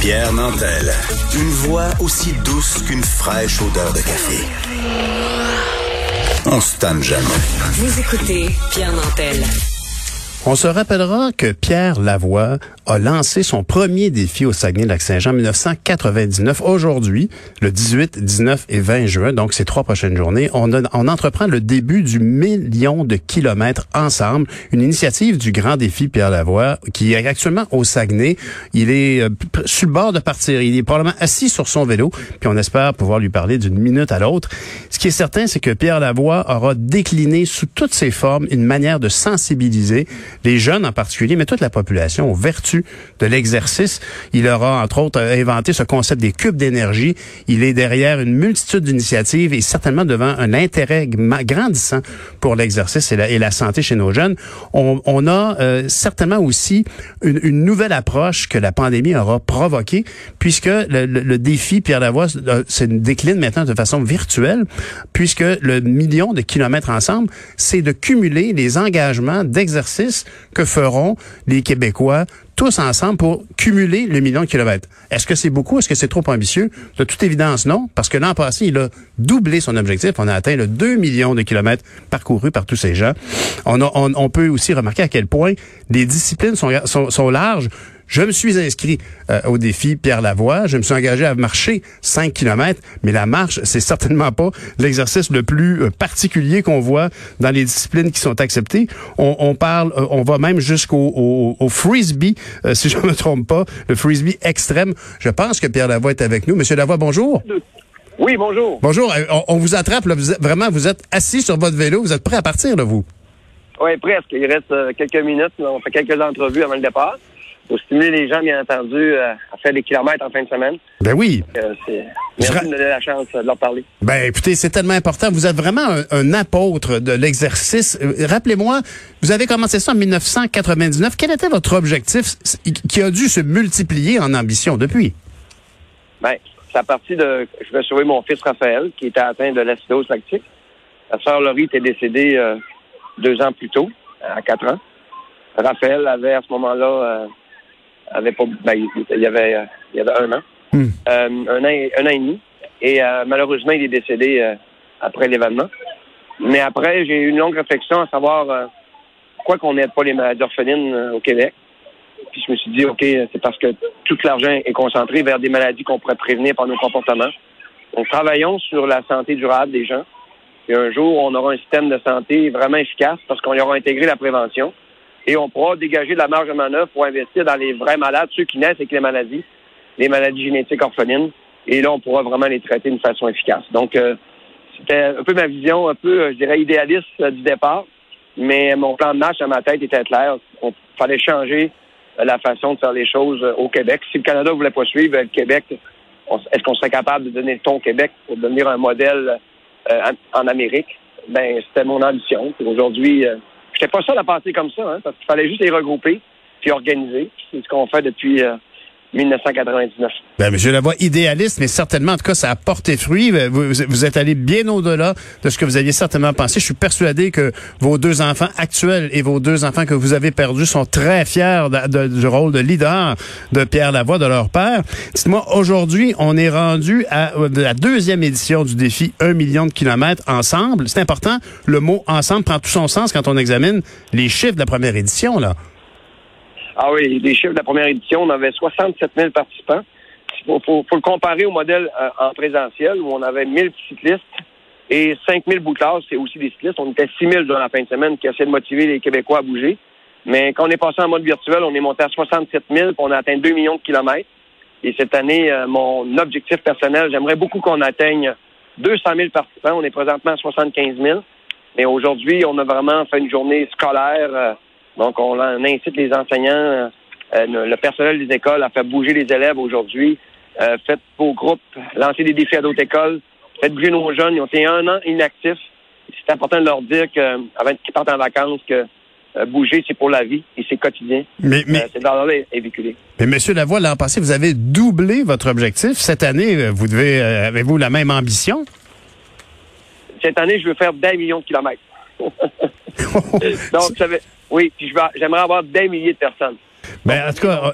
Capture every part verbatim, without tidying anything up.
Pierre Nantel. Une voix aussi douce qu'une fraîche odeur de café. On se tanne jamais. Vous écoutez Pierre Nantel. On se rappellera que Pierre Lavoie a lancé son premier défi au Saguenay-Lac-Saint-Jean en dix-neuf cent quatre-vingt-dix-neuf. Aujourd'hui, le dix-huit, dix-neuf et vingt juin, donc ces trois prochaines journées, on, a, on entreprend le début du million de kilomètres ensemble, une initiative du grand défi Pierre Lavoie qui est actuellement au Saguenay. Il est euh, sur le bord de partir. Il est probablement assis sur son vélo, puis on espère pouvoir lui parler d'une minute à l'autre. Ce qui est certain, c'est que Pierre Lavoie aura décliné sous toutes ses formes une manière de sensibiliser les jeunes en particulier, mais toute la population aux vertus de l'exercice. Il aura, entre autres, inventé ce concept des cubes d'énergie. Il est derrière une multitude d'initiatives et certainement devant un intérêt grandissant pour l'exercice et la, et la santé chez nos jeunes. On, on a euh, certainement aussi une, une nouvelle approche que la pandémie aura provoquée, puisque le, le, le défi Pierre Lavoie se décline maintenant de façon virtuelle, puisque le million de kilomètres ensemble, c'est de cumuler les engagements d'exercice que feront les Québécois tous ensemble pour cumuler le million de kilomètres. Est-ce que c'est beaucoup? Est-ce que c'est trop ambitieux? De toute évidence, non, parce que l'an passé, il a doublé son objectif. On a atteint le deux millions de kilomètres parcourus par tous ces gens. On, a, on, on peut aussi remarquer à quel point les disciplines sont, sont, sont larges. Je me suis inscrit euh, au défi Pierre Lavoie. Je me suis engagé à marcher cinq kilomètres, mais la marche, c'est certainement pas l'exercice le plus euh, particulier qu'on voit dans les disciplines qui sont acceptées. On, on parle, euh, on va même jusqu'au au, au frisbee, euh, si je ne me trompe pas, le frisbee extrême. Je pense que Pierre Lavoie est avec nous. Monsieur Lavoie, bonjour. Oui, bonjour. Bonjour. On, on vous attrape, là, vous êtes, vraiment, vous êtes assis sur votre vélo. Vous êtes prêt à partir, là, vous? Oui, presque. Il reste euh, quelques minutes. Là. On fait quelques entrevues avant le départ. Pour stimuler les gens, bien entendu, euh, à faire des kilomètres en fin de semaine. Ben oui. Euh, c'est... Merci de me donner la chance de leur parler. Ben écoutez, c'est tellement important. Vous êtes vraiment un, un apôtre de l'exercice. Euh, rappelez-moi, vous avez commencé ça en dix-neuf cent quatre-vingt-dix-neuf. Quel était votre objectif qui a dû se multiplier en ambition depuis? Ben, c'est à partir de... Je vais sauver mon fils Raphaël, qui était atteint de l'acidose lactique. Sa sœur Laurie était décédée euh, deux ans plus tôt, à quatre ans. Raphaël avait à ce moment-là... Euh, avait pas ben, il y avait euh, il y avait un an mm. euh, un an et, un an et demi et euh, malheureusement il est décédé euh, après l'événement. Mais après j'ai eu une longue réflexion à savoir euh, pourquoi qu'on n'aide pas les maladies orphelines euh, au Québec. Puis je me suis dit ok, c'est parce que tout l'argent est concentré vers des maladies qu'on pourrait prévenir par nos comportements. Donc travaillons sur la santé durable des gens et un jour on aura un système de santé vraiment efficace parce qu'on y aura intégré la prévention. Et on pourra dégager de la marge de manœuvre pour investir dans les vrais malades, ceux qui naissent avec les maladies, les maladies génétiques orphelines. Et là, on pourra vraiment les traiter d'une façon efficace. Donc, euh, c'était un peu ma vision, un peu, je dirais, idéaliste euh, du départ. Mais mon plan de marche dans ma tête était clair. Il fallait changer euh, la façon de faire les choses euh, au Québec. Si le Canada voulait pas suivre le Québec, on, est-ce qu'on serait capable de donner le ton au Québec pour devenir un modèle euh, en, en Amérique? Ben, c'était mon ambition. Puis aujourd'hui... Euh, J'étais pas seul à penser comme ça, hein, parce qu'il fallait juste les regrouper puis organiser. C'est ce qu'on fait depuis euh, dix-neuf cent quatre-vingt-dix-neuf. Ben, monsieur Lavoie, idéaliste, mais certainement, en tout cas, ça a porté fruit. Vous, vous êtes allé bien au-delà de ce que vous aviez certainement pensé. Je suis persuadé que vos deux enfants actuels et vos deux enfants que vous avez perdus sont très fiers de, de, du rôle de leader de Pierre Lavoie, de leur père. Dites-moi, aujourd'hui, on est rendu à la deuxième édition du défi un million de kilomètres ensemble. C'est important. Le mot ensemble prend tout son sens quand on examine les chiffres de la première édition, là. Ah oui, les chiffres de la première édition, on avait soixante-sept mille participants. Il faut, faut, faut le comparer au modèle euh, en présentiel où on avait mille cyclistes et cinq mille bouclards, c'est aussi des cyclistes. On était six mille durant la fin de semaine qui essaient de motiver les Québécois à bouger. Mais quand on est passé en mode virtuel, on est monté à soixante-sept mille puis on a atteint deux millions de kilomètres. Et cette année, euh, mon objectif personnel, j'aimerais beaucoup qu'on atteigne deux cent mille participants. On est présentement à soixante-quinze mille. Mais aujourd'hui, on a vraiment fait une journée scolaire. Euh, Donc, on, on incite les enseignants, euh, le personnel des écoles à faire bouger les élèves aujourd'hui. Euh, faites vos groupes, lancez des défis à d'autres écoles. Faites bouger nos jeunes. Ils ont été un an inactifs. C'est important de leur dire que, avant qu'ils partent en vacances, que euh, bouger, c'est pour la vie et c'est quotidien. Mais, mais, euh, cette valeur-là est véhiculée. Mais M. Lavoie, l'an passé, vous avez doublé votre objectif. Cette année, vous devez, euh, avez-vous la même ambition? Cette année, je veux faire d'un million de kilomètres. Donc, ça veut, oui, puis je vais, j'aimerais avoir des milliers de personnes. Ben, en tout cas, donc, euh,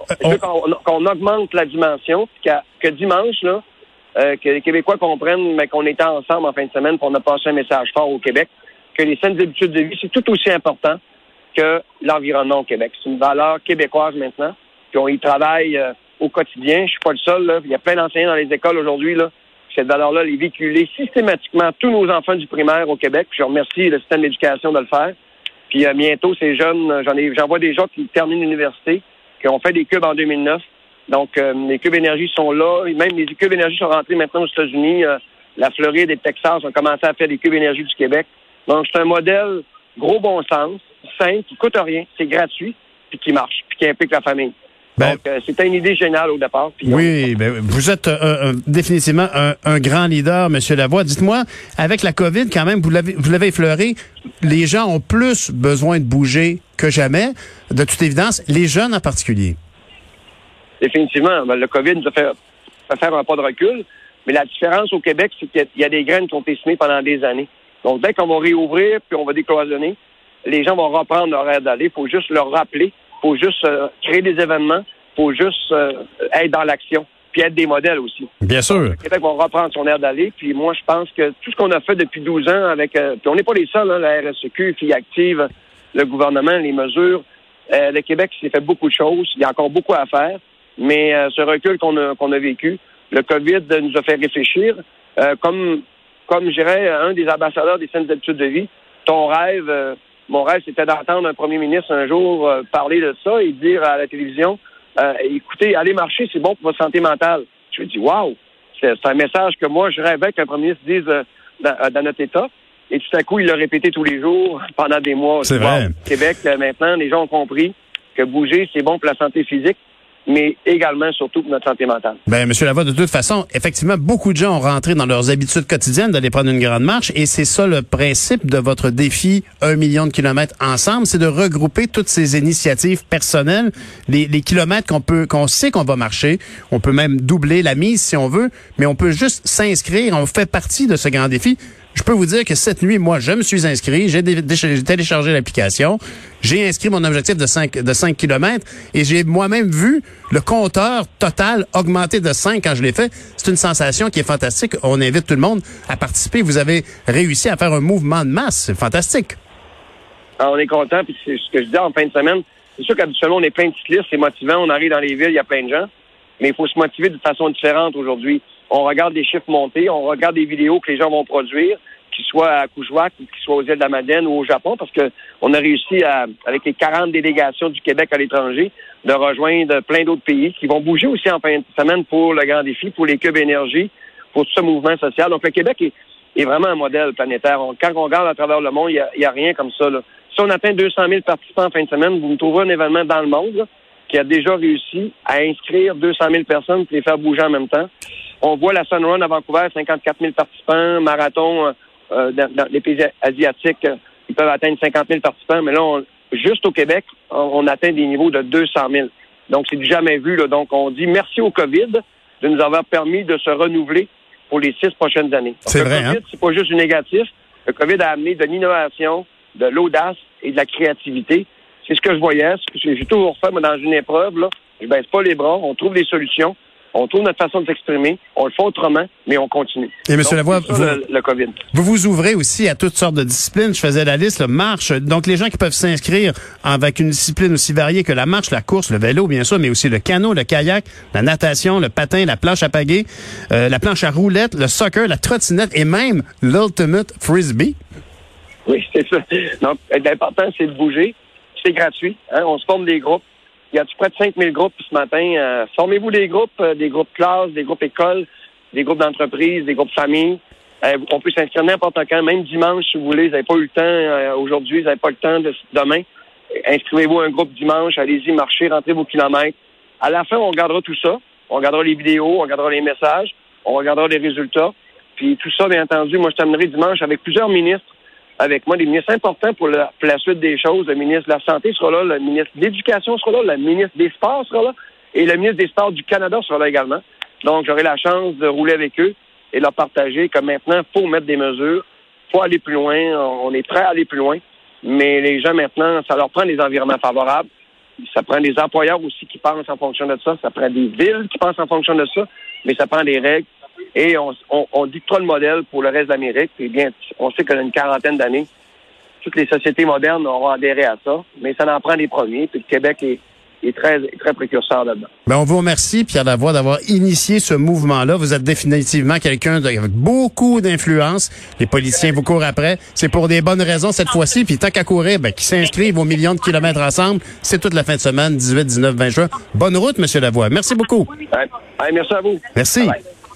Je veux qu'on, qu'on augmente la dimension, puis que dimanche, là, euh, que les Québécois comprennent mais qu'on était ensemble en fin de semaine, qu'on a passé un message fort au Québec, que les saines habitudes de vie, c'est tout aussi important que l'environnement au Québec. C'est une valeur québécoise maintenant, puis on y travaille euh, au quotidien. Je suis pas le seul, là. Il y a plein d'enseignants dans les écoles aujourd'hui, là. Cette valeur-là, les véhiculer systématiquement tous nos enfants du primaire au Québec. Puis je remercie le système d'éducation de le faire. Puis euh, bientôt, ces jeunes, j'en ai, j'en vois des gens qui terminent l'université, qui ont fait des cubes en deux mille neuf. Donc, euh, les cubes énergie sont là. Et même les cubes énergie sont rentrés maintenant aux États-Unis. Euh, la Floride et le Texas ont commencé à faire des cubes énergie du Québec. Donc, c'est un modèle gros bon sens, simple, qui coûte rien, c'est gratuit, puis qui marche, puis qui implique la famille. Ben, Donc, euh, c'était une idée géniale au départ. Oui, on... ben, vous êtes euh, un, définitivement un, un grand leader, M. Lavoie. Dites-moi, avec la COVID, quand même, vous l'avez, vous l'avez effleuré, les gens ont plus besoin de bouger que jamais, de toute évidence, les jeunes en particulier. Définitivement. Ben, le COVID nous a fait, fait faire un pas de recul, mais la différence au Québec, c'est qu'il y a, y a des graines qui ont été semées pendant des années. Donc, dès qu'on va réouvrir, puis on va décloisonner, les gens vont reprendre leur air d'aller. Il faut juste leur rappeler. Il faut juste euh, créer des événements. Il faut juste euh, être dans l'action. Puis être des modèles aussi. Bien sûr. Le Québec va reprendre son air d'aller. Puis moi, je pense que tout ce qu'on a fait depuis douze ans avec... Euh, puis on n'est pas les seuls, hein, la R S E Q, Filles actives, le gouvernement, les mesures. Euh, le Québec s'est fait beaucoup de choses. Il y a encore beaucoup à faire. Mais euh, ce recul qu'on a, qu'on a vécu, le COVID nous a fait réfléchir. Euh, comme... Comme je dirais, un des ambassadeurs des saines habitudes de vie, ton rêve, euh, mon rêve, c'était d'entendre un premier ministre un jour euh, parler de ça et dire à la télévision, euh, écoutez, aller marcher, c'est bon pour votre santé mentale. Je me dis, waouh, c'est, c'est un message que moi, je rêvais qu'un premier ministre dise euh, dans, dans notre État. Et tout à coup, il l'a répété tous les jours pendant des mois. C'est wow. vrai. Au Québec, euh, maintenant, les gens ont compris que bouger, c'est bon pour la santé physique, mais également, surtout, pour notre santé mentale. Ben, M. Lavoie, de toute façon, effectivement, beaucoup de gens ont rentré dans leurs habitudes quotidiennes d'aller prendre une grande marche, et c'est ça le principe de votre défi un million de kilomètres ensemble, c'est de regrouper toutes ces initiatives personnelles, les, les kilomètres qu'on peut, qu'on sait qu'on va marcher, on peut même doubler la mise si on veut, mais on peut juste s'inscrire, on fait partie de ce grand défi. Je peux vous dire que cette nuit, moi, je me suis inscrit, j'ai, dé- dé- j'ai téléchargé l'application, j'ai inscrit mon objectif de cinq de cinq kilomètres et j'ai moi-même vu le compteur total augmenter de cinq quand je l'ai fait. C'est une sensation qui est fantastique. On invite tout le monde à participer. Vous avez réussi à faire un mouvement de masse. C'est fantastique. Alors, on est content, puis c'est ce que je dis en fin de semaine. C'est sûr qu'habituellement, on est plein de cyclistes, c'est motivant, on arrive dans les villes, il y a plein de gens, mais il faut se motiver de façon différente aujourd'hui. On regarde des chiffres monter, on regarde des vidéos que les gens vont produire, qu'ils soient à Coujouac ou qu'ils soient aux îles de la Madeleine ou au Japon, parce que on a réussi à, avec les quarante délégations du Québec à l'étranger, de rejoindre plein d'autres pays qui vont bouger aussi en fin de semaine pour le grand défi, pour les cubes énergie, pour tout ce mouvement social. Donc le Québec est, est vraiment un modèle planétaire. On, quand on regarde à travers le monde, il n'y a, a rien comme ça, là. Si on atteint deux cent mille participants en fin de semaine, vous me trouverez un événement dans le monde là, qui a déjà réussi à inscrire deux cent mille personnes et les faire bouger en même temps. On voit la Sun Run à Vancouver, cinquante-quatre mille participants, marathon euh, dans, dans les pays asiatiques, euh, ils peuvent atteindre cinquante mille participants, mais là, on, juste au Québec, on, on atteint des niveaux de deux cent mille. Donc, c'est du jamais vu, là. Donc, on dit merci au COVID de nous avoir permis de se renouveler pour les six prochaines années. Donc, c'est le vrai, COVID, hein? c'est pas juste du négatif. Le COVID a amené de l'innovation, de l'audace et de la créativité. C'est ce que je voyais. Ce que j'ai toujours fait, moi, dans une épreuve, là. Je baisse pas les bras, on trouve des solutions. On trouve notre façon de s'exprimer, on le fait autrement, mais on continue. Et M. Lavoie, vous, le, le COVID. Vous vous ouvrez aussi à toutes sortes de disciplines. Je faisais la liste, le marche. Donc, les gens qui peuvent s'inscrire avec une discipline aussi variée que la marche, la course, le vélo, bien sûr, mais aussi le canot, le kayak, la natation, le patin, la planche à pagaie, euh, la planche à roulettes, le soccer, la trottinette et même l'ultimate frisbee. Oui, c'est ça. Donc, l'important, c'est de bouger. C'est gratuit. Hein? On se forme des groupes. Il y a près de cinq mille groupes ce matin. Euh, formez-vous des groupes, euh, des groupes classes, des groupes écoles, des groupes d'entreprises, des groupes familles. Euh, on peut s'inscrire n'importe quand, même dimanche si vous voulez. Vous n'avez pas eu le temps euh, aujourd'hui, vous n'avez pas le temps de, demain. Inscrivez-vous à un groupe dimanche, allez-y, marchez, rentrez vos kilomètres. À la fin, on regardera tout ça. On regardera les vidéos, on regardera les messages, on regardera les résultats. Puis tout ça, bien entendu, moi je terminerai dimanche avec plusieurs ministres avec moi, des ministres importants pour la, pour la suite des choses. Le ministre de la Santé sera là, le ministre de l'Éducation sera là, le ministre des Sports sera là, et le ministre des Sports du Canada sera là également. Donc, j'aurai la chance de rouler avec eux et leur partager que maintenant, il faut mettre des mesures, il faut aller plus loin, on est prêt à aller plus loin, mais les gens maintenant, ça leur prend des environnements favorables. ça prend des employeurs aussi qui pensent en fonction de ça. Ça prend des villes qui pensent en fonction de ça. Mais ça prend des règles. Et on, on, on dictera le modèle pour le reste de l'Amérique. Et bien, on sait qu'il y a une quarantaine d'années, toutes les sociétés modernes auront adhéré à ça. Mais ça en prend des premiers. Puis le Québec est, est très, très précurseur là-dedans. Ben, on vous remercie, Pierre Lavoie, d'avoir initié ce mouvement-là. Vous êtes définitivement quelqu'un avec beaucoup d'influence. Les politiciens vous courent après. C'est pour des bonnes raisons cette fois-ci. Puis tant qu'à courir, ben, qu'ils s'inscrivent aux millions de kilomètres ensemble. C'est toute la fin de semaine, dix-huit, dix-neuf, vingt juin. Bonne route, M. Lavoie. Merci beaucoup. Ouais. Ouais, merci à vous. Merci. Bye bye.